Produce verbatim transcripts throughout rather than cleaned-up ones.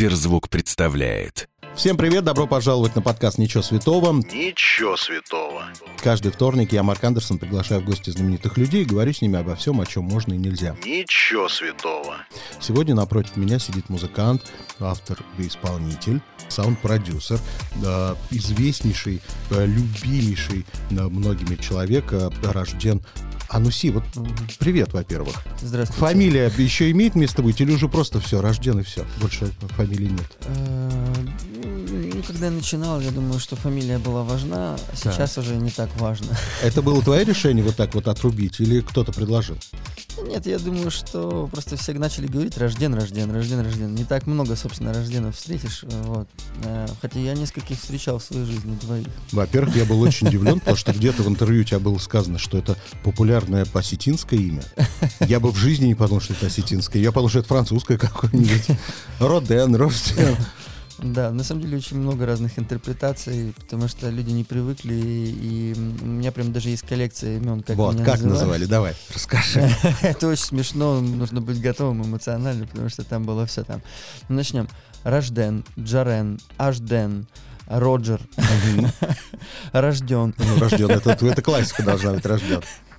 Сберзвук представляет. Всем привет, добро пожаловать на подкаст «Ничего святого». Ничего святого. Каждый вторник я, Марк Андерсон, приглашаю в гости знаменитых людей и говорю с ними обо всем, о чем можно и нельзя. Ничего святого. Сегодня напротив меня сидит музыкант, автор и исполнитель, саунд-продюсер, э, известнейший, э, любимейший э, многими человек, э, рожден... Ануси, вот привет, во-первых. Здравствуйте. Фамилия еще имеет место быть или уже просто все, рожден и все? Больше фамилии нет. Ну, когда я начинал, я думаю, что фамилия была важна, а сейчас уже не так важно. Это было твое решение вот так вот отрубить или кто-то предложил? Нет, я думаю, что просто все начали говорить рожден, рожден, рожден, рожден. Не так много, собственно, рожденов встретишь. Вот. Хотя я нескольких встречал в своей жизни, двоих. Во-первых, я был очень удивлен, потому что где-то в интервью у тебя было сказано, что это популярное осетинское имя. Я бы в жизни не подумал, что это осетинское. Я подумал, что это французское какое-нибудь. Роден, Рожден. Да, на самом деле очень много разных интерпретаций, потому что люди не привыкли, и у меня прям даже есть коллекция имен, как вот, меня как называли. называли? Давай, расскажи. Это очень смешно, нужно быть готовым эмоционально, потому что там было все там. Начнем. Рожден, Джарен, Ажден, Роджер, Рожден. Ну, рожден, это, это классика должна быть, рожден.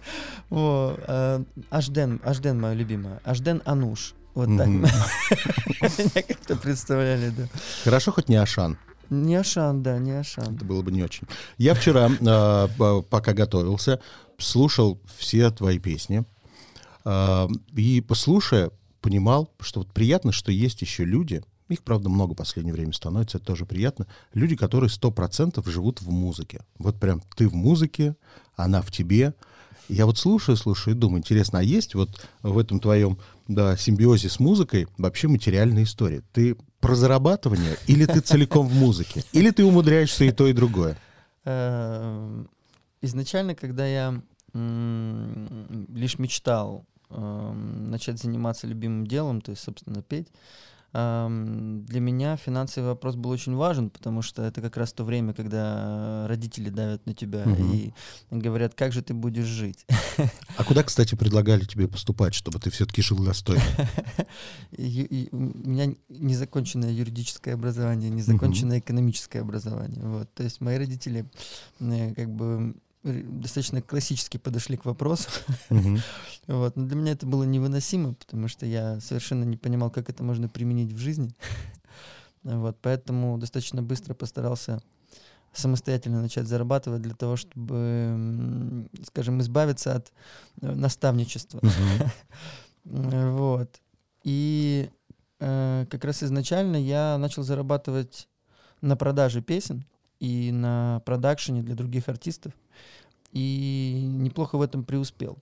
Ажден, Ажден моя любимая, Ажден Ануш. Вот Mm-hmm. так. Меня как-то представляли, да. Хорошо, хоть не Ашан. Не Ашан, да, не Ашан. Это было бы не очень. Я вчера, э, пока готовился, слушал все твои песни. Э, и, послушая, понимал, что вот приятно, что есть еще люди, их, правда, много в последнее время становится, это тоже приятно, люди, которые сто процентов живут в музыке. Вот прям ты в музыке, она в тебе. Я вот слушаю, слушаю и думаю, интересно, а есть вот в этом твоем да, симбиозе с музыкой вообще материальная история? Ты про зарабатывание или ты целиком в музыке? Или ты умудряешься и то, и другое? Изначально, когда я лишь мечтал начать заниматься любимым делом, то есть, собственно, петь, для меня финансовый вопрос был очень важен, потому что это как раз то время, когда родители давят на тебя угу. и говорят, как же ты будешь жить. А куда, кстати, предлагали тебе поступать, чтобы ты все-таки жил достойно? У меня незаконченное юридическое образование, незаконченное экономическое образование. Вот. То есть мои родители как бы достаточно классически подошли к вопросу. Uh-huh. Вот. Но для меня это было невыносимо, потому что я совершенно не понимал, как это можно применить в жизни. Вот. Поэтому достаточно быстро постарался самостоятельно начать зарабатывать для того, чтобы, скажем, избавиться от наставничества. Uh-huh. Вот. И э, как раз изначально я начал зарабатывать на продаже песен и на продакшене для других артистов. И неплохо в этом преуспел.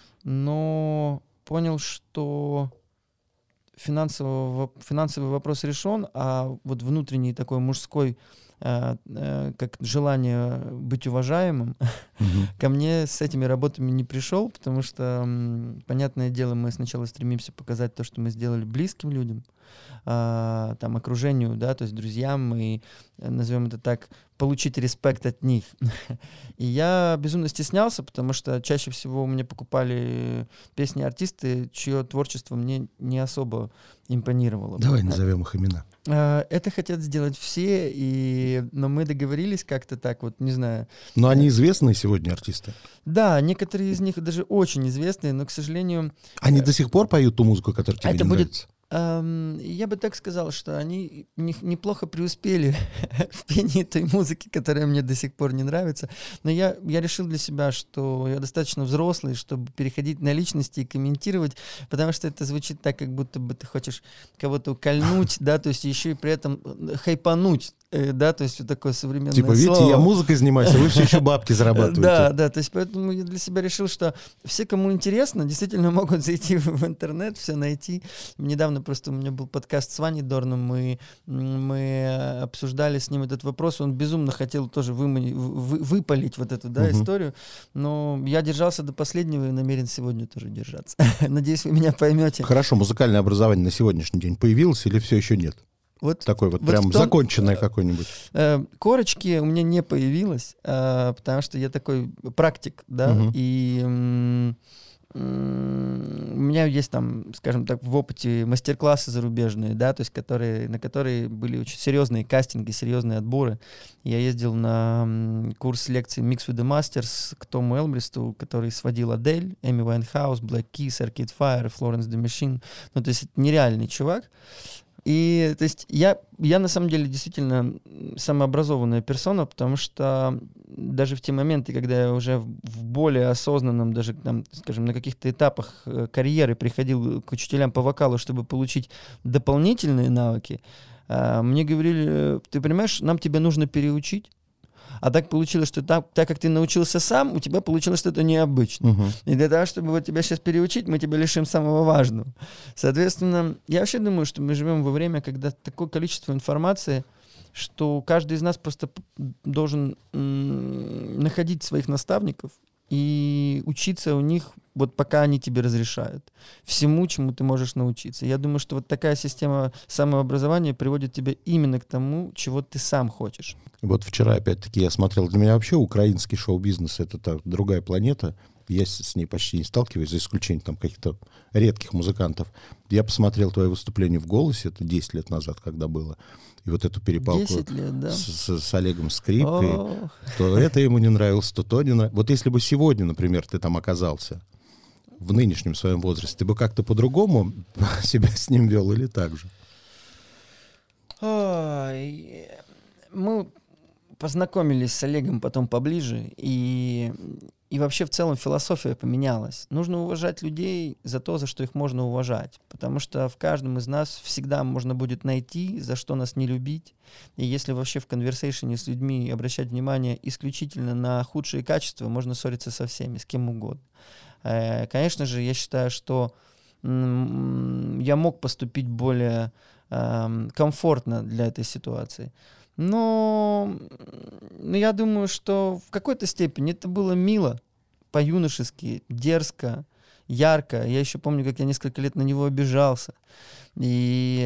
Но понял, что финансовый, финансовый вопрос решен, а вот внутренний такой мужской, э, э, как желание быть уважаемым, mm-hmm. ко мне с этими работами не пришел, потому что, м, понятное дело, мы сначала стремимся показать то, что мы сделали близким людям, э, там, окружению, да, то есть друзьям, и, назовем это так, получить респект от них. И я безумно стеснялся, потому что чаще всего у меня покупали песни артисты, чье творчество мне не особо импонировало. Давай назовем их имена. Это хотят сделать все, и... но мы договорились как-то так, вот, не знаю. Но они известные сегодня артисты? Да, некоторые из них даже очень известные, но, к сожалению... Они до сих пор поют ту музыку, которая тебе это не будет... нравится? Я бы так сказал, что они неплохо преуспели в пении той музыки, которая мне до сих пор не нравится. Но я, я решил для себя, что я достаточно взрослый, чтобы переходить на личности и комментировать, потому что это звучит так, как будто бы ты хочешь кого-то укольнуть, да, то есть еще и при этом хайпануть, да, то есть вот такое современное типа, слово. Типа, видите, я музыкой занимаюсь, а вы все еще бабки зарабатываете. Да, да, то есть поэтому я для себя решил, что все, кому интересно, действительно могут зайти в интернет, все найти. Недавно просто у меня был подкаст с Ваней Дорном, мы, мы обсуждали с ним этот вопрос, он безумно хотел тоже вымани, вы, выпалить вот эту, да, uh-huh. историю, но я держался до последнего и намерен сегодня тоже держаться. Надеюсь, вы меня поймете. Хорошо, музыкальное образование на сегодняшний день появилось или все еще нет? Вот, Такой вот, вот прям том, законченное какое-нибудь. Э, корочки у меня не появилось, э, потому что я такой практик, да, угу. и м, у меня есть там, скажем так, в опыте мастер-классы зарубежные, да, то есть которые, на которые были очень серьезные кастинги, серьезные отборы. Я ездил на курс лекций Mix with the Masters к Тому Элбристу, который сводил Адель, Эми Вайнхаус, Black Keys, Arcade Fire, Florence the Machine. Ну, то есть это нереальный чувак. И, то есть, я, я на самом деле действительно самообразованная персона, потому что даже в те моменты, когда я уже в, в более осознанном, даже, там, скажем, на каких-то этапах карьеры приходил к учителям по вокалу, чтобы получить дополнительные навыки, мне говорили: ты понимаешь, нам тебя нужно переучить. А так получилось, что так, так как ты научился сам, у тебя получилось что-то необычное. Uh-huh. И для того, чтобы вот тебя сейчас переучить, мы тебя лишим самого важного. Соответственно, я вообще думаю, что мы живем во время, когда такое количество информации, что каждый из нас просто должен м- находить своих наставников и учиться у них, вот пока они тебе разрешают, всему, чему ты можешь научиться. Я думаю, что вот такая система самообразования приводит тебя именно к тому, чего ты сам хочешь. Вот вчера, опять-таки, я смотрел, для меня вообще украинский шоу-бизнес — это так, другая планета. Я с, с ней почти не сталкиваюсь, за исключением там каких-то редких музыкантов. Я посмотрел твое выступление в «Голосе», это десять лет назад, когда было, и вот эту перепалку лет, да? с, с, с Олегом Скрипкой, О. то это ему не нравилось, то то не нравилось. Вот если бы сегодня, например, ты там оказался в нынешнем своем возрасте, ты бы как-то по-другому себя с ним вел или так же? Ой, мы познакомились с Олегом потом поближе, и, и вообще в целом философия поменялась. Нужно уважать людей за то, за что их можно уважать, потому что в каждом из нас всегда можно будет найти, за что нас не любить. И если вообще в конверсейшене с людьми обращать внимание исключительно на худшие качества, можно ссориться со всеми, с кем угодно. Конечно же, я считаю, что я мог поступить более комфортно для этой ситуации. Но, но я думаю, что в какой-то степени это было мило, по-юношески, дерзко, ярко. Я еще помню, как я несколько лет на него обижался. И,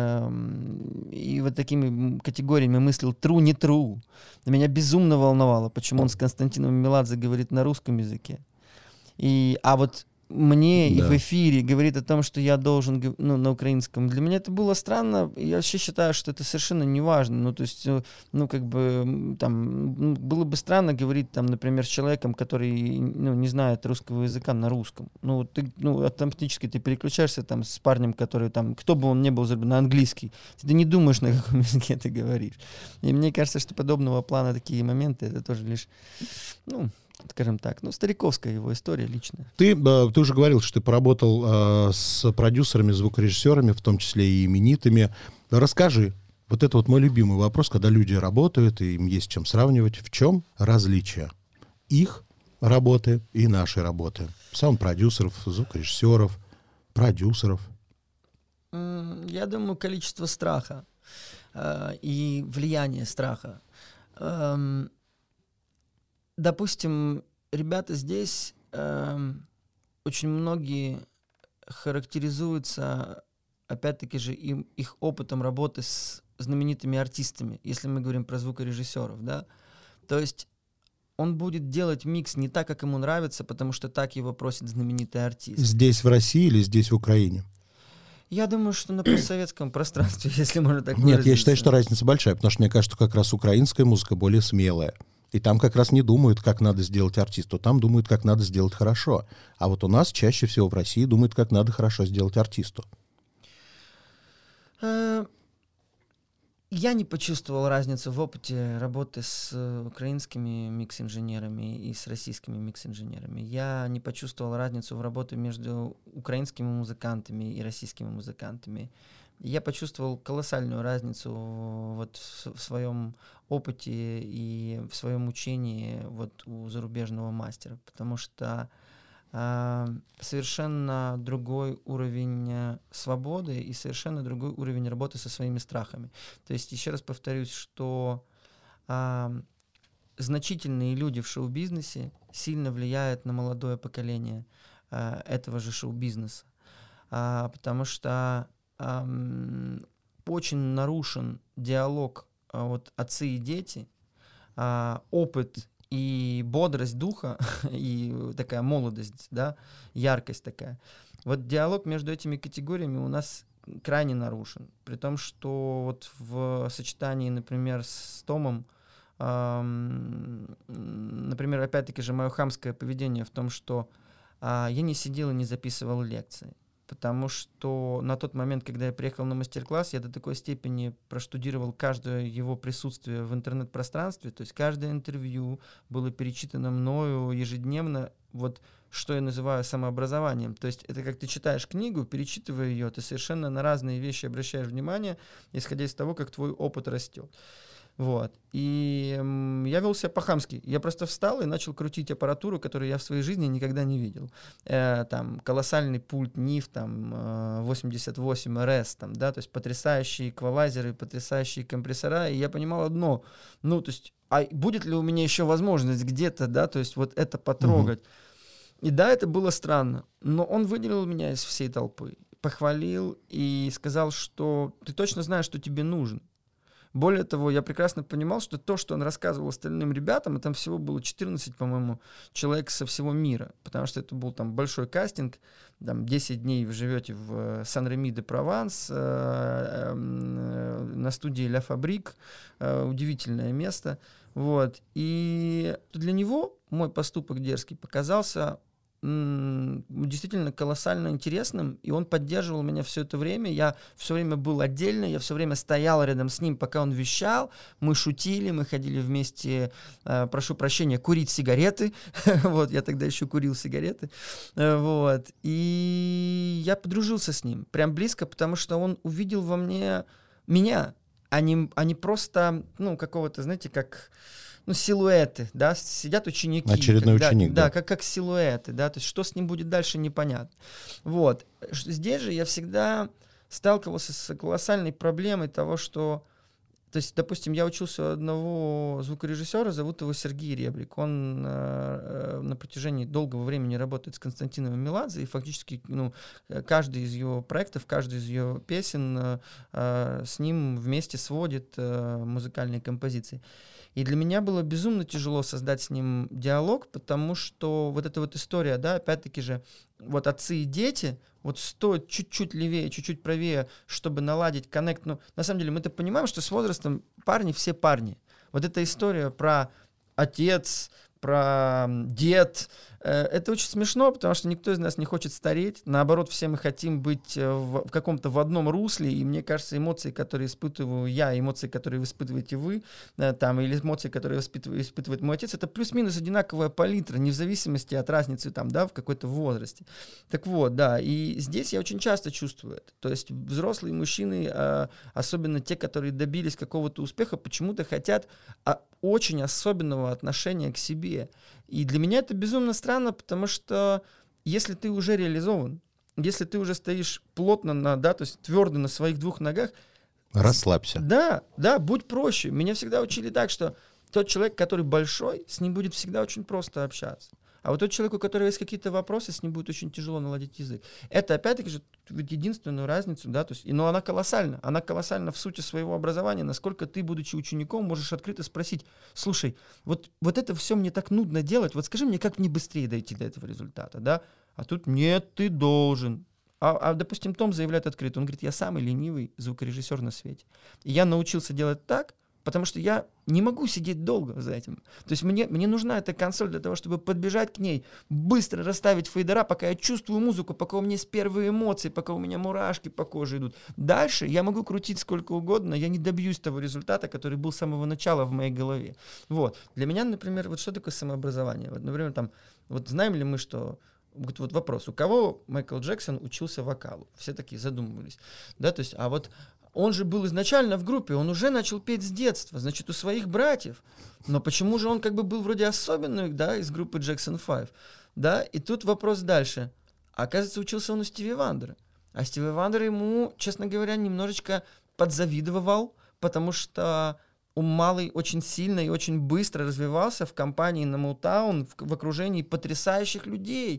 и вот такими категориями мыслил true, не true. Меня безумно волновало, почему он с Константином Меладзе говорит на русском языке. И, а вот мне да. и в эфире говорит о том, что я должен, ну, на украинском. Для меня это было странно. Я вообще считаю, что это совершенно не важно. Ну, то есть, ну, как бы, там, было бы странно говорить, там, например, с человеком, который, ну, не знает русского языка на русском. Ну, ты, ну, автоматически ты переключаешься, там, с парнем, который, там, кто бы он ни был, на английский. Ты не думаешь, на каком языке ты говоришь. И мне кажется, что подобного плана такие моменты, это тоже лишь, ну, скажем так, ну, стариковская его история личная. Ты, ты уже говорил, что ты поработал э, с продюсерами, звукорежиссерами, в том числе и именитыми. Расскажи, вот это вот мой любимый вопрос, когда люди работают, и им есть чем сравнивать. В чем различие их работы и нашей работы? Саунд-продюсеров, звукорежиссеров, продюсеров. Я думаю, количество страха э, и влияние страха. Эм, Допустим, ребята здесь э, очень многие характеризуются, опять-таки же, им, их опытом работы с знаменитыми артистами, если мы говорим про звукорежиссеров, да. То есть он будет делать микс не так, как ему нравится, потому что так его просит знаменитый артист. Здесь в России или здесь в Украине? Я думаю, что на постсоветском пространстве, если можно так выразиться. Нет, я считаю, что разница большая, потому что мне кажется, что как раз украинская музыка более смелая. И там как раз не думают, как надо сделать артисту, там думают, как надо сделать хорошо. А вот у нас чаще всего в России думают, как надо хорошо сделать артисту. Я не почувствовал разницу в опыте работы с украинскими микс-инженерами и с российскими микс-инженерами. Я не почувствовал разницу в работе между украинскими музыкантами и российскими музыкантами. Я почувствовал колоссальную разницу вот в, в своем опыте и в своем учении вот у зарубежного мастера, потому что э, совершенно другой уровень свободы и совершенно другой уровень работы со своими страхами. То есть, еще раз повторюсь, что э, значительные люди в шоу-бизнесе сильно влияют на молодое поколение э, этого же шоу-бизнеса, э, потому что Um, очень нарушен диалог uh, вот, отцы и дети, uh, опыт и бодрость духа, и такая молодость, да, яркость такая. Вот диалог между этими категориями у нас крайне нарушен. При том, что вот в сочетании, например, с Томом, эм, например, опять-таки же мое хамское поведение в том, что э, я не сидел и не записывал лекции. Потому что на тот момент, когда я приехал на мастер-класс, я до такой степени проштудировал каждое его присутствие в интернет-пространстве, то есть каждое интервью было перечитано мною ежедневно, вот что я называю самообразованием. То есть это как ты читаешь книгу, перечитывая ее, ты совершенно на разные вещи обращаешь внимание, исходя из того, как твой опыт растет. Вот. И м, я вел себя по-хамски. Я просто встал и начал крутить аппаратуру, которую я в своей жизни никогда не видел. Э, там колоссальный пульт ниф, там э, восемьдесят восемь эр эс, там, да, то есть потрясающие эквалайзеры, потрясающие компрессора. И я понимал одно, ну, то есть, а будет ли у меня еще возможность где-то, да, то есть вот это потрогать. Mm-hmm. И да, это было странно, но он выделил меня из всей толпы, похвалил и сказал, что ты точно знаешь, что тебе нужно. Более того, я прекрасно понимал, что то, что он рассказывал остальным ребятам, и там всего было четырнадцать, по-моему, человек со всего мира, потому что это был там большой кастинг, там десять дней вы живете в Сан-Реми-де-Прованс, э, э, на студии Ля Фабрик, э, удивительное место, вот, и для него мой поступок дерзкий показался действительно колоссально интересным, и он поддерживал меня все это время. Я все время был отдельно, я все время стоял рядом с ним, пока он вещал. Мы шутили, мы ходили вместе, э, прошу прощения, курить сигареты. Вот, я тогда еще курил сигареты. Э, вот. И я подружился с ним прям близко, потому что он увидел во мне меня, а не, а не просто, ну, какого-то, знаете, как... Ну, силуэты, да, сидят ученики. Очередной как, ученик, да. да. Да, как, как силуэты, да, то есть что с ним будет дальше, непонятно. Вот. Здесь же я всегда сталкивался с колоссальной проблемой того, что, то есть, допустим, я учился у одного звукорежиссера, зовут его Сергей Ребрик. Он э, на протяжении долгого времени работает с Константином Меладзе, и фактически, ну, каждый из его проектов, каждый из его песен э, с ним вместе сводит э, музыкальные композиции. И для меня было безумно тяжело создать с ним диалог, потому что вот эта вот история, да, опять-таки же, вот отцы и дети, вот стоит чуть-чуть левее, чуть-чуть правее, чтобы наладить коннект. Ну, на самом деле мы-то понимаем, что с возрастом парни все парни. Вот эта история про отец, про дед, э, это очень смешно, потому что никто из нас не хочет стареть. Наоборот, все мы хотим быть в, в каком-то в одном русле, и мне кажется, эмоции, которые испытываю я, эмоции, которые вы испытываете вы, э, там, или эмоции, которые испытывает, испытывает мой отец, это плюс-минус одинаковая палитра, не в зависимости от разницы там, да, в какой-то возрасте. Так вот, да, и здесь я очень часто чувствую это. То есть взрослые мужчины, э, особенно те, которые добились какого-то успеха, почему-то хотят а, очень особенного отношения к себе. И для меня это безумно странно, потому что если ты уже реализован, если ты уже стоишь плотно, на, да, то есть твердо на своих двух ногах, расслабься. Да, да, будь проще. Меня всегда учили так, что тот человек, который большой, с ним будет всегда очень просто общаться. А вот тот человек, у которого есть какие-то вопросы, с ним будет очень тяжело наладить язык. Это, опять-таки же, единственную разницу, да, то есть, но она колоссальна. Она колоссальна в сути своего образования, насколько ты, будучи учеником, можешь открыто спросить: слушай, вот, вот это все мне так нудно делать, вот скажи мне, как мне быстрее дойти до этого результата, да? А тут нет, ты должен. А, а, допустим, Том заявляет открыто, он говорит: я самый ленивый звукорежиссер на свете. И я научился делать так, потому что я не могу сидеть долго за этим. То есть мне, мне нужна эта консоль для того, чтобы подбежать к ней, быстро расставить фейдера, пока я чувствую музыку, пока у меня есть первые эмоции, пока у меня мурашки по коже идут. Дальше я могу крутить сколько угодно, я не добьюсь того результата, который был с самого начала в моей голове. Вот. Для меня, например, вот что такое самообразование? Вот, например, там, вот знаем ли мы, что... Вот, вот вопрос, у кого Майкл Джексон учился вокалу? Все такие задумывались. Да, то есть, а вот он же был изначально в группе, он уже начал петь с детства, значит, у своих братьев. Но почему же он как бы был вроде особенный, да, из группы Jackson пять? Да, и тут вопрос дальше. Оказывается, учился он у Стиви Вандера. А Стиви Вандер ему, честно говоря, немножечко подзавидовал, потому что он малый очень сильно и очень быстро развивался в компании на Motown, в, в окружении потрясающих людей.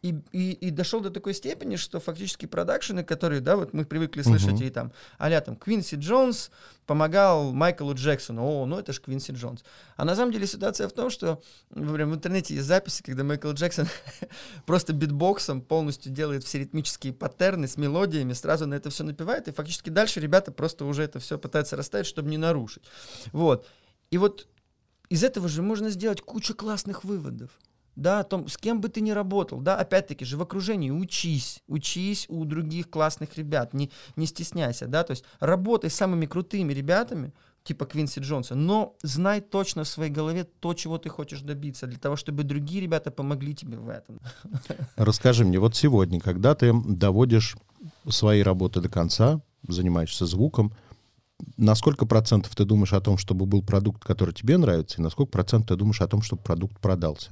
И, и, и дошел до такой степени, что фактически продакшены, которые, да, вот мы привыкли слышать, uh-huh. и там, а-ля там Квинси Джонс помогал Майклу Джексону. О, ну это ж Квинси Джонс. А на самом деле ситуация в том, что прям в интернете есть записи, когда Майкл Джексон просто битбоксом полностью делает все ритмические паттерны с мелодиями, сразу на это все напевает, и фактически дальше ребята просто уже это все пытаются расставить, чтобы не нарушить. Вот. И вот из этого же можно сделать кучу классных выводов. Да, о том, с кем бы ты ни работал, да, опять-таки же в окружении учись, учись у других классных ребят, не, не стесняйся, да, то есть работай с самыми крутыми ребятами, типа Квинси Джонса, но знай точно в своей голове то, чего ты хочешь добиться, для того, чтобы другие ребята помогли тебе в этом. Расскажи мне, вот сегодня, когда ты доводишь свои работы до конца, занимаешься звуком, на сколько процентов ты думаешь о том, чтобы был продукт, который тебе нравится, и на сколько процентов ты думаешь о том, чтобы продукт продался?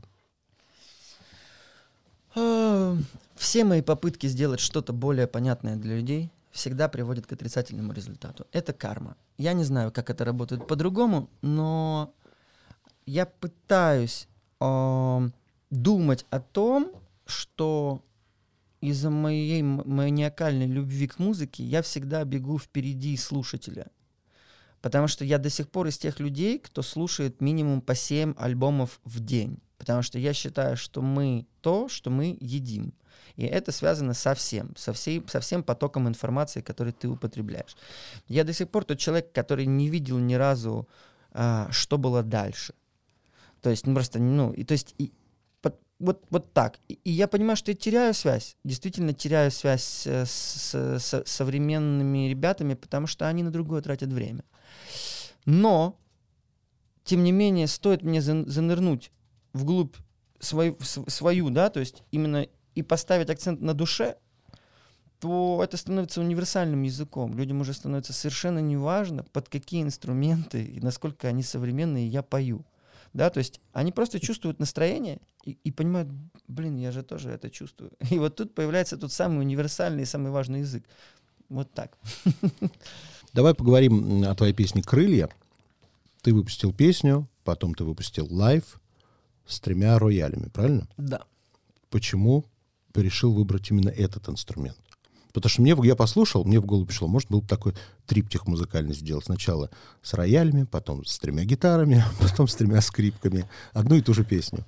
Все мои попытки сделать что-то более понятное для людей всегда приводят к отрицательному результату. Это карма. Я не знаю, как это работает по-другому, но я пытаюсь э, думать о том, что из-за моей маниакальной любви к музыке я всегда бегу впереди слушателя. Потому что я до сих пор из тех людей, кто слушает минимум по семь альбомов в день. Потому что я считаю, что мы то, что мы едим. И это связано со всем, со, всей, со всем потоком информации, который ты употребляешь. Я до сих пор тот человек, который не видел ни разу, а, что было дальше. То есть, ну, просто, ну, и, то есть, и, под, вот, вот так. И, и я понимаю, что я теряю связь, действительно теряю связь с, с, с современными ребятами, потому что они на другое тратят время. Но, тем не менее, стоит мне занырнуть вглубь свою, свою, да, то есть именно и поставить акцент на душе, то это становится универсальным языком. Людям уже становится совершенно неважно, под какие инструменты и насколько они современные я пою. Да, то есть они просто чувствуют настроение и, и понимают, блин, я же тоже это чувствую. И вот тут появляется тот самый универсальный и самый важный язык. Вот так. Давай поговорим о твоей песне «Крылья». Ты выпустил песню, потом ты выпустил лайв с тремя роялями, правильно? Да. Почему ты решил выбрать именно этот инструмент? Потому что мне, я послушал, мне в голову пришло, может, был бы такой триптих музыкальный сделать. Сначала с роялями, потом с тремя гитарами, потом с тремя скрипками. Одну и ту же песню.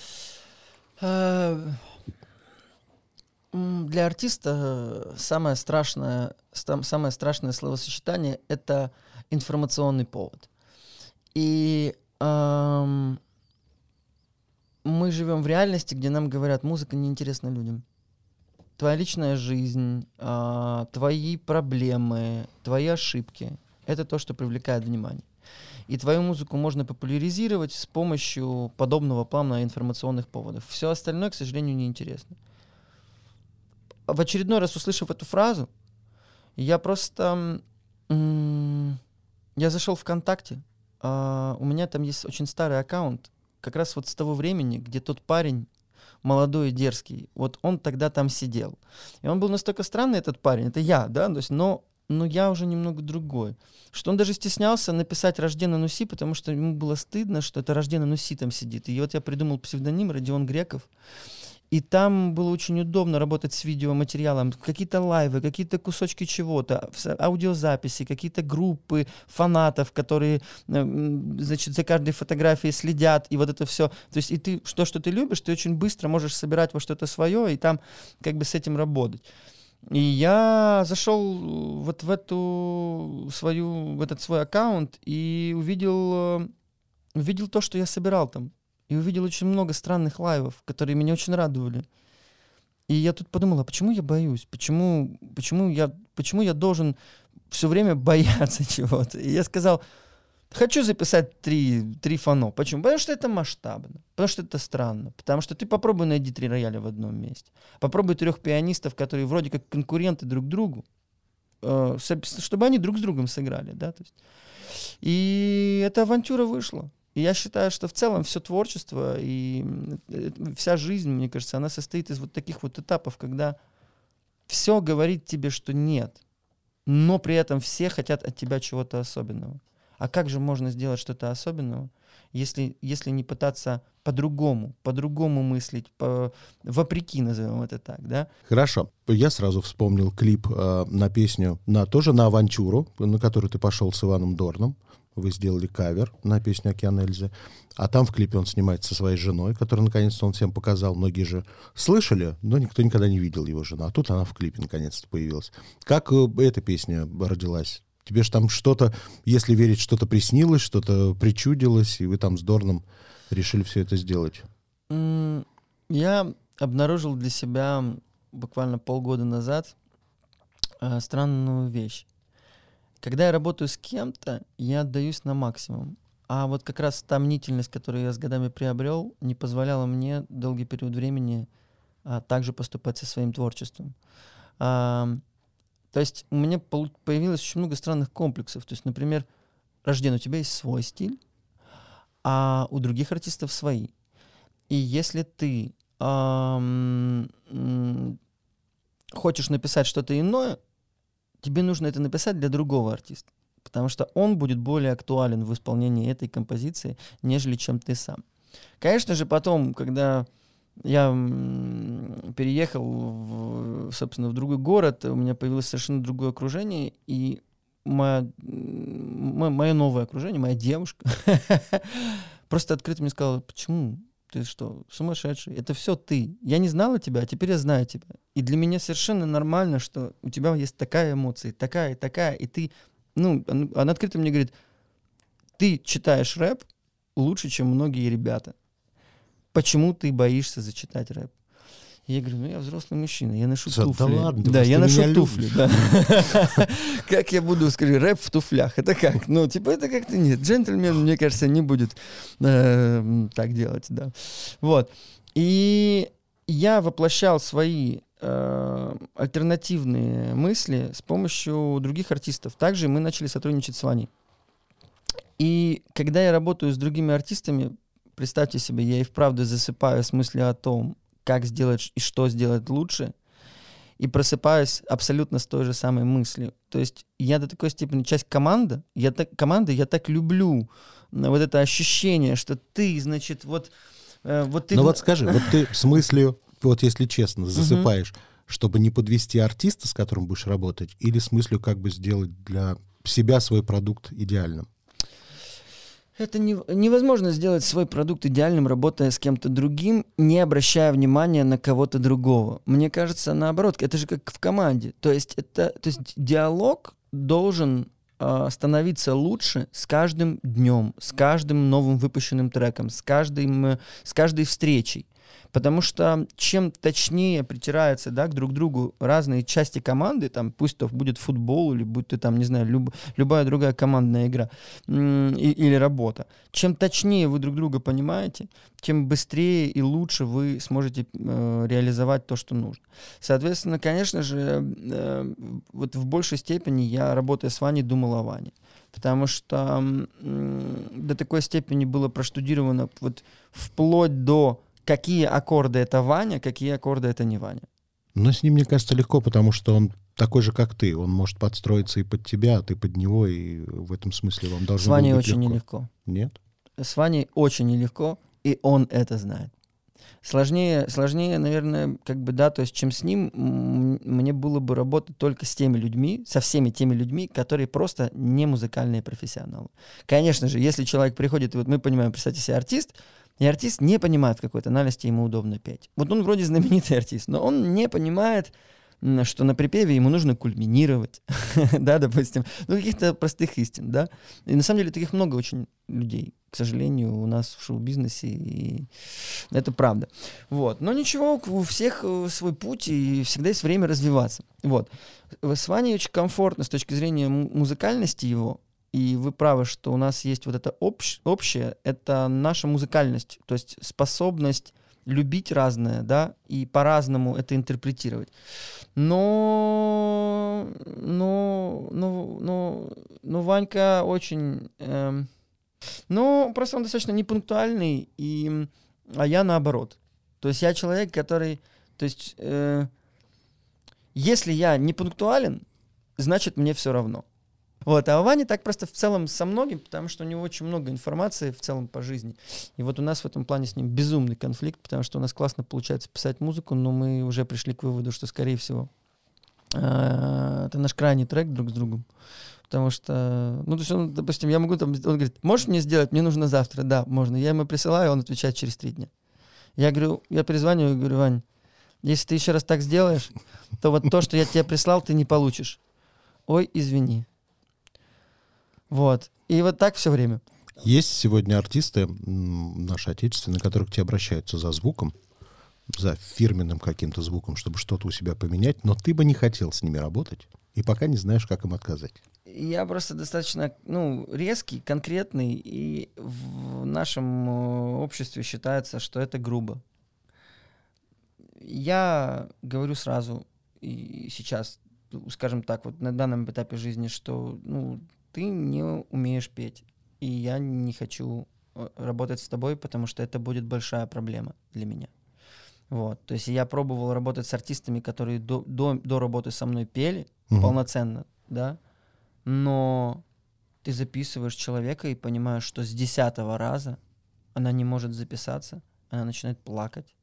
Для артиста самое страшное, самое страшное словосочетание — это информационный повод. И эм, мы живем в реальности, где нам говорят, музыка неинтересна людям. Твоя личная жизнь, э, твои проблемы, твои ошибки — это то, что привлекает внимание. И твою музыку можно популяризировать с помощью подобного плана информационных поводов. Все остальное, к сожалению, неинтересно. В очередной раз, услышав эту фразу, я просто... М- я зашел в ВКонтакте. Uh, у меня там есть очень старый аккаунт, как раз вот с того времени, где тот парень, молодой и дерзкий, вот он тогда там сидел. И он был настолько странный, этот парень, это я, да, то есть, но, но я уже немного другой. Что он даже стеснялся написать «Рожден Нуси», потому что ему было стыдно, что это «Рожден Нуси» там сидит. И вот я придумал псевдоним Родион Греков. И там было очень удобно работать с видеоматериалом. Какие-то лайвы, какие-то кусочки чего-то, аудиозаписи, какие-то группы фанатов, которые, значит, за каждой фотографией следят, и вот это все. То есть и ты, то, что ты любишь, ты очень быстро можешь собирать во что-то свое и там как бы с этим работать. И я зашел вот в эту свою, в этот свой аккаунт и увидел, увидел то, что я собирал там. И увидел очень много странных лайвов, которые меня очень радовали. И я тут подумал, а почему я боюсь? Почему, почему, я, почему я должен все время бояться чего-то? И я сказал, хочу записать три, три фано. Почему? Потому что это масштабно, потому что это странно, потому что ты попробуй найди три рояля в одном месте. Попробуй трех пианистов, которые вроде как конкуренты друг другу, э, чтобы они друг с другом сыграли. Да? То есть, и эта авантюра вышла. И я считаю, что в целом все творчество и вся жизнь, мне кажется, она состоит из вот таких вот этапов, когда все говорит тебе, что нет, но при этом все хотят от тебя чего-то особенного. А как же можно сделать что-то особенного, если, если не пытаться по-другому, по-другому мыслить, по, вопреки, назовем это так, да? Хорошо. Я сразу вспомнил клип э, на песню, на, тоже на «Авантюру», на которую ты пошел с Иваном Дорном. Вы сделали кавер на песню «Океан Эльзы». А там в клипе он снимается со своей женой, которую наконец-то он всем показал. Многие же слышали, но никто никогда не видел его жену. А тут она в клипе наконец-то появилась. Как э, эта песня родилась? Тебе же там что-то, если верить, что-то приснилось, что-то причудилось, и вы там с Дорном решили все это сделать? Я обнаружил для себя буквально полгода назад э, странную вещь. Когда я работаю с кем-то, я отдаюсь на максимум. А вот как раз та мнительность, которую я с годами приобрел, не позволяла мне долгий период времени а, также поступать со своим творчеством. А, то есть у меня появилось очень много странных комплексов. То есть, например, Рожден, у тебя есть свой стиль, а у других артистов свои. И если ты эм, м, хочешь написать что-то иное, тебе нужно это написать для другого артиста, потому что он будет более актуален в исполнении этой композиции, нежели чем ты сам. Конечно же, потом, когда я переехал, в, собственно, в другой город, у меня появилось совершенно другое окружение, и моя, мое новое окружение, моя девушка, просто открыто мне сказала: почему? Ты что, сумасшедший? Это все ты. Я не знала тебя, а теперь я знаю тебя. И для меня совершенно нормально, что у тебя есть такая эмоция, такая и такая, и ты... Ну, она открыто мне говорит: ты читаешь рэп лучше, чем многие ребята. Почему ты боишься зачитать рэп? Я говорю: ну я взрослый мужчина, я ношу да, туфли. Да ладно, да, я ношу туфли. любишь. Да. Как я буду, скажи, рэп в туфлях? Это как? Ну, типа, это как-то нет. Джентльмен, мне кажется, не будет э, так делать, да. Вот. И я воплощал свои э, альтернативные мысли с помощью других артистов. Также мы начали сотрудничать с Ваней. И когда я работаю с другими артистами, представьте себе, я и вправду засыпаю с мыслью о том, как сделать и что сделать лучше, и просыпаюсь абсолютно с той же самой мыслью. То есть я до такой степени часть команды, я так, команды, я так люблю вот это ощущение, что ты, значит, вот... Э, вот ты... Ну вот скажи, вот ты с мыслью, вот если честно, засыпаешь, чтобы не подвести артиста, с которым будешь работать, или с мыслью как бы сделать для себя свой продукт идеальным? Это не, невозможно сделать свой продукт идеальным, работая с кем-то другим, не обращая внимания на кого-то другого. Мне кажется, наоборот, это же как в команде. То есть, это, то есть диалог должен э, становиться лучше с каждым днем, с каждым новым выпущенным треком, с, каждым, э, с каждой встречей. Потому что чем точнее притираются, да, к друг другу разные части команды, там, пусть то будет футбол или будь то там, не знаю, люб, любая другая командная игра м- и, или работа, чем точнее вы друг друга понимаете, тем быстрее и лучше вы сможете э, реализовать то, что нужно. Соответственно, конечно же, э, вот в большей степени я, работая с Ваней, думал о Ване. Потому что м- до такой степени было проштудировано вот вплоть до какие аккорды это Ваня, какие аккорды это не Ваня. Но с ним, мне кажется, легко, потому что он такой же, как ты. Он может подстроиться и под тебя, а ты под него, и в этом смысле вам должно С Ваней быть очень легко. нелегко. Нет? С Ваней очень нелегко, и он это знает. Сложнее, сложнее, наверное, как бы, да, то есть, чем с ним, м- мне было бы работать только с теми людьми, со всеми теми людьми, которые просто не музыкальные профессионалы. Конечно же, если человек приходит, и вот мы понимаем, представьте себе, артист, и артист не понимает, в какой тональности ему удобно петь. Вот он вроде знаменитый артист, но он не понимает, что на припеве ему нужно кульминировать, да, допустим, ну, каких-то простых истин, да. И на самом деле таких много очень людей, к сожалению, у нас в шоу-бизнесе, и это правда. Вот. Но ничего, у всех свой путь, и всегда есть время развиваться. Вот. С Ваней очень комфортно с точки зрения музыкальности его. И вы правы, что у нас есть вот это общ, общее, это наша музыкальность, то есть способность любить разное, да, и по-разному это интерпретировать. Но, но, но, но, но Ванька очень, эм, ну, просто он достаточно непунктуальный, и, а я наоборот. То есть я человек, который, то есть, э, если я не пунктуален, значит мне все равно. Вот, а у Вани так просто в целом со многим, потому что у него очень много информации в целом по жизни. И вот у нас в этом плане с ним безумный конфликт, потому что у нас классно получается писать музыку, но мы уже пришли к выводу, что, скорее всего, это наш крайний трек друг с другом. Потому что, ну, то есть он, допустим, я могу там, он говорит, можешь мне сделать, мне нужно завтра. Да, можно. Я ему присылаю, он отвечает через три дня. Я говорю, я перезваниваю и говорю, Вань, если ты еще раз так сделаешь, то вот то, что я тебе прислал, ты не получишь. Ой, извини. Вот. И вот так все время. Есть сегодня артисты, м, наши отечественные, которые к тебе обращаются за звуком, за фирменным каким-то звуком, чтобы что-то у себя поменять, но ты бы не хотел с ними работать, и пока не знаешь, как им отказать. Я просто достаточно, ну, резкий, конкретный, и в нашем э, обществе считается, что это грубо. Я говорю сразу, и сейчас, скажем так, вот на данном этапе жизни, что, ну, ты не умеешь петь, и я не хочу работать с тобой, потому что это будет большая проблема для меня. Вот. То есть я пробовал работать с артистами, которые до, до, до работы со мной пели угу. полноценно, да, но ты записываешь человека и понимаешь, что с десятого раза она не может записаться, она начинает плакать.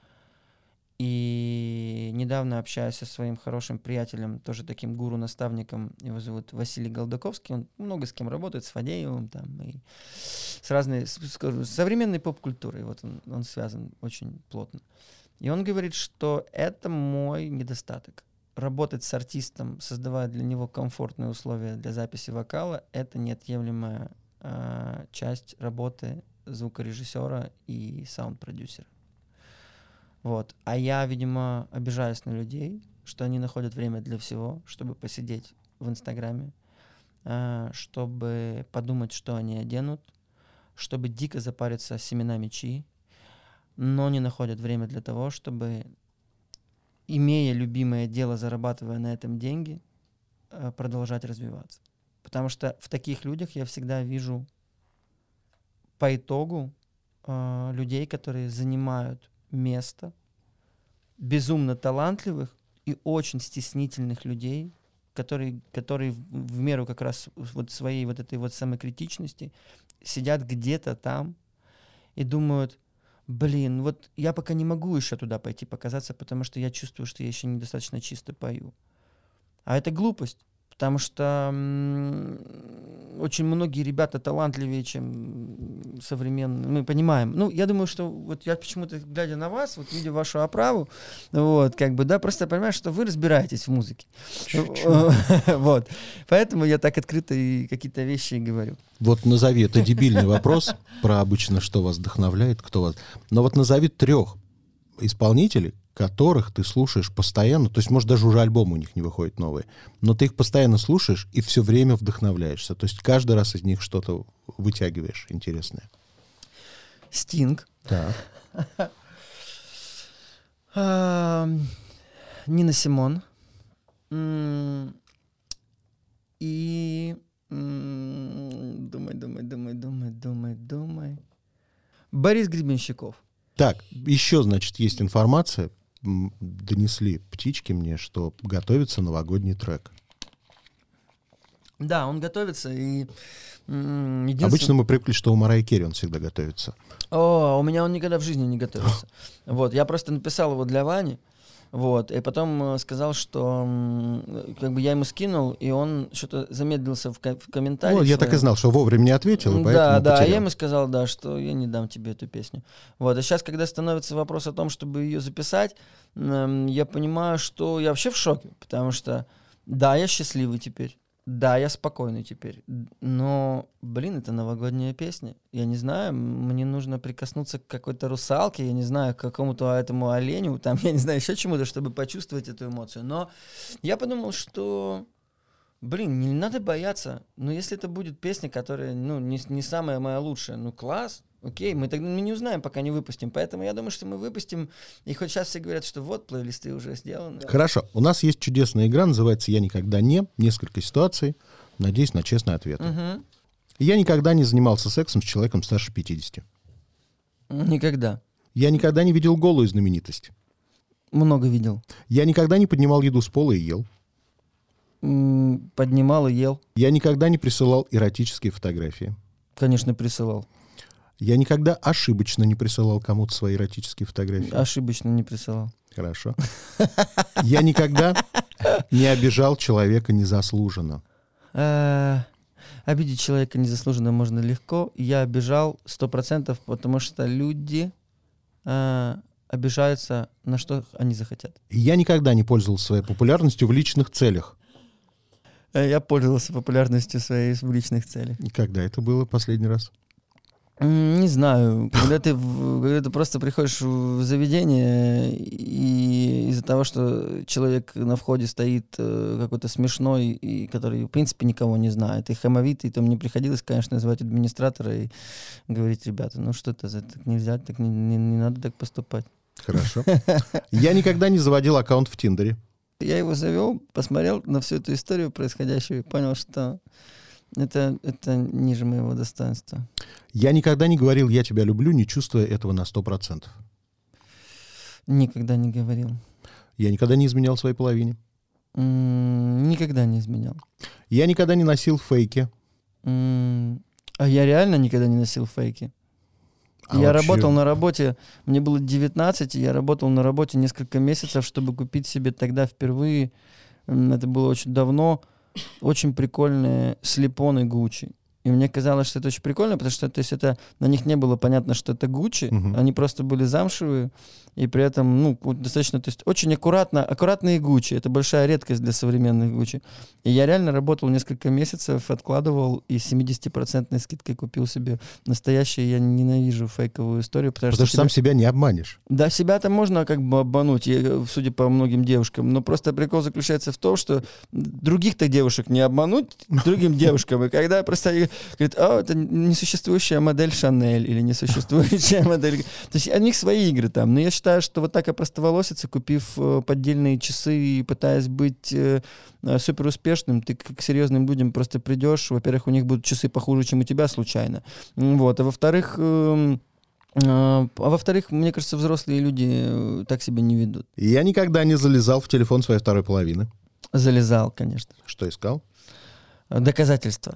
И недавно общаясь со своим хорошим приятелем, тоже таким гуру-наставником, его зовут Василий Голдаковский, он много с кем работает, с Фадеевым там, и с разной, скажу, с современной поп-культурой, вот он, он связан очень плотно. И он говорит, что это мой недостаток. Работать с артистом, создавая для него комфортные условия для записи вокала, это неотъемлемая э, часть работы звукорежиссера и саунд-продюсера. Вот. А я, видимо, обижаюсь на людей, что они находят время для всего, чтобы посидеть в Инстаграме, э, чтобы подумать, что они оденут, чтобы дико запариться семенами чии, но не находят время для того, чтобы, имея любимое дело, зарабатывая на этом деньги, э, продолжать развиваться. Потому что в таких людях я всегда вижу по итогу э, людей, которые занимают место безумно талантливых и очень стеснительных людей, которые, которые в, в меру как раз вот своей вот этой вот самокритичности сидят где-то там и думают, блин, вот я пока не могу еще туда пойти показаться, потому что я чувствую, что я еще недостаточно чисто пою. А это глупость. Потому что м- очень многие ребята талантливее, чем современные. Мы понимаем. Ну, я думаю, что вот я почему-то, глядя на вас, вот видя вашу оправу, вот, как бы, да, просто понимаю, что вы разбираетесь в музыке. Вот. Поэтому я так открыто и какие-то вещи говорю. Вот назови, это дебильный вопрос про обычно, что вас вдохновляет, кто вас... Но вот назови трех исполнителей, которых ты слушаешь постоянно, то есть, может, даже уже альбомы у них не выходят новые, но ты их постоянно слушаешь и все время вдохновляешься. То есть каждый раз из них что-то вытягиваешь интересное. Стинг. Так. Нина Симон. И... Думай, думай, думай, думай, думай, думай. Борис Гребенщиков. Так, еще, значит, есть информация. Донесли птички мне, что готовится новогодний трек. Да, он готовится, и... Единственное... Обычно мы привыкли, что у Марайи Керри он всегда готовится. О, у меня он никогда в жизни не готовится. Вот, я просто написал его для Вани, вот, и потом сказал, что как бы я ему скинул, и он что-то замедлился в, ко- в комментариях. Ну, я так и знал, что вовремя не ответил, и поэтому Да, да, потерял. я ему сказал, да, что я не дам тебе эту песню. Вот, а сейчас, когда становится вопрос о том, чтобы ее записать, эм, я понимаю, что я вообще в шоке, потому что, да, я счастливый теперь, да, я спокойный теперь, но, блин, это новогодняя песня. Я не знаю, мне нужно прикоснуться к какой-то русалке, я не знаю, к какому-то этому оленю, там, я не знаю, еще чему-то, чтобы почувствовать эту эмоцию. Но я подумал, что, блин, не надо бояться. Но если это будет песня, которая, ну, не, не самая моя лучшая, ну, класс, окей, мы тогда мы не узнаем, пока не выпустим. Поэтому я думаю, что мы выпустим, и хоть сейчас все говорят, что вот, плейлисты уже сделаны. Хорошо, у нас есть чудесная игра, называется «Я никогда не», несколько ситуаций, надеюсь на честный ответ. Угу. Я никогда не занимался сексом с человеком старше пятидесяти. Никогда. Я никогда не видел голую знаменитость. Много видел. Я никогда не поднимал еду с пола и ел. М, Поднимал и ел. Я никогда не присылал эротические фотографии. Конечно, присылал. Я никогда ошибочно не присылал кому-то свои эротические фотографии. Ошибочно не присылал. Хорошо. Я никогда не обижал человека незаслуженно. А, Обидеть человека незаслуженно можно легко. Я обижал сто процентов, потому что люди а, обижаются на что они захотят. Я никогда не пользовался своей популярностью в личных целях. А Я пользовался популярностью своей в личных целях. И когда это было последний раз? М, Не знаю, когда ты, в- когда ты просто приходишь в заведение, и из-за того, что человек на входе стоит э, какой-то смешной, и который, в принципе, никого не знает, и хамовитый, то мне приходилось, конечно, звать администратора и говорить: ребята, ну что это за так нельзя, так не, не- не надо так поступать. Хорошо. Я никогда не заводил аккаунт в Тиндере. Я его завел, посмотрел на всю эту историю происходящую и понял, что это, это ниже моего достоинства. Я никогда не говорил «я тебя люблю», не чувствуя этого на сто процентов. Никогда не говорил. Я никогда не изменял своей половине. М, Никогда не изменял. Я никогда не носил фейки. М, А я реально никогда не носил фейки. А я вообще- работал на работе, мне было девятнадцать, и я работал на работе несколько месяцев, чтобы купить себе тогда впервые, м, это было очень давно, очень прикольные слепоны Гуччи. И мне казалось, что это очень прикольно, потому что то есть это, на них не было понятно, что это Гуччи, Мгм. они просто были замшевые, и при этом, ну, вот достаточно, то есть очень аккуратно, аккуратные Гуччи, это большая редкость для современных Гуччи. И я реально работал несколько месяцев, откладывал, и с семидесятипроцентной скидкой купил себе настоящее. Я ненавижу фейковую историю, потому, Потому что тебе- сам себя не обманешь. Да, себя-то можно как бы обмануть, я, судя по многим девушкам, но просто прикол заключается в том, что других-то девушек не обмануть другим девушкам, и когда просто они говорят: а, это несуществующая модель Шанель или несуществующая модель... То есть у них свои игры там, но я считаю, что вот так опростоволоситься, купив э, поддельные часы и пытаясь быть э, э, супер успешным, ты к, к серьезным людям просто придешь, во-первых, у них будут часы похуже, чем у тебя случайно, М, вот, а во-вторых... эм, а а во-вторых, мне кажется, взрослые люди э, так себя не ведут. Я никогда не залезал в телефон своей второй половины. Залезал, конечно. Что искал? Доказательства.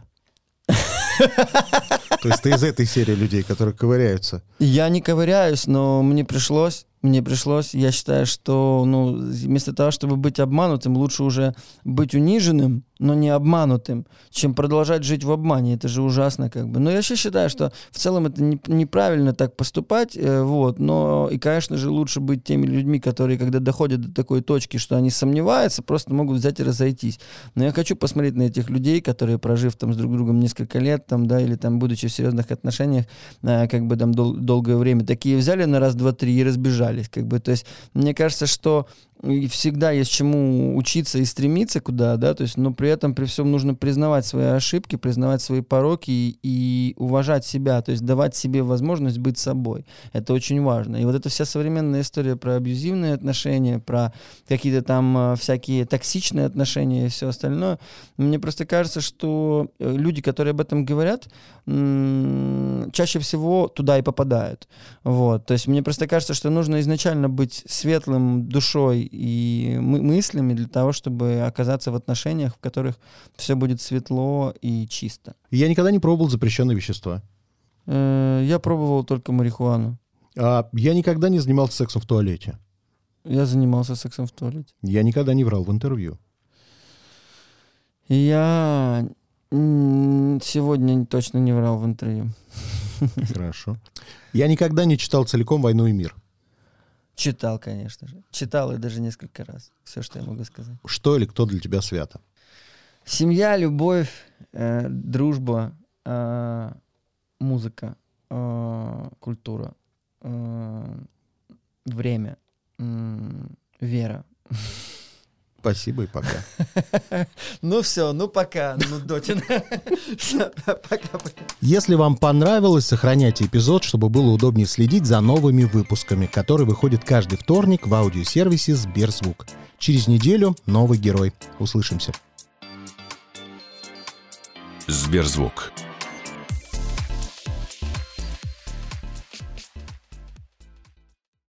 То есть ты из этой серии людей, которые ковыряются. Я не ковыряюсь, но мне пришлось, мне пришлось. Я считаю, что, ну, вместо того, чтобы быть обманутым, лучше уже быть униженным, но не обманутым, чем продолжать жить в обмане. Это же ужасно, как бы. Но я вообще считаю, что в целом это не- неправильно так поступать, э, вот. Но и, конечно же, лучше быть теми людьми, которые, когда доходят до такой точки, что они сомневаются, просто могут взять и разойтись. Но я хочу посмотреть на этих людей, которые, прожив там с друг другом несколько лет, там, да, или там, будучи в серьезных отношениях, э, как бы там дол- долгое время, такие взяли на раз, два, три и разбежались, как бы. То есть мне кажется, что и всегда есть чему учиться и стремиться куда, да, то есть, но при этом, при всем нужно признавать свои ошибки, признавать свои пороки и, и уважать себя, то есть давать себе возможность быть собой. Это очень важно. И вот эта вся современная история про абьюзивные отношения, про какие-то там э, всякие токсичные отношения и все остальное, мне просто кажется, что э, люди, которые об этом говорят, м, чаще всего туда и попадают. Вот. То есть мне просто кажется, что нужно изначально быть светлым душой и мы- мыслями для того, чтобы оказаться в отношениях, в которых все будет светло и чисто. Я никогда не пробовал запрещенные вещества. Э, Я пробовал только марихуану. А я никогда не занимался сексом в туалете. Я занимался сексом в туалете. Я никогда не врал в интервью. И я м, сегодня точно не врал в интервью. Хорошо. Я никогда не читал целиком «Войну и мир». Читал, конечно же. Читал и даже несколько раз. Все, что я могу сказать. Что или кто для тебя свято? Семья, любовь, э, дружба, э, музыка, э, культура, э, время, м, вера. Спасибо и пока. Ну все, ну пока, ну Дотин. Пока-пока. Если вам понравилось, сохраняйте эпизод, чтобы было удобнее следить за новыми выпусками, которые выходят каждый вторник в аудиосервисе Сберзвук. Через неделю новый герой. Услышимся. Сберзвук.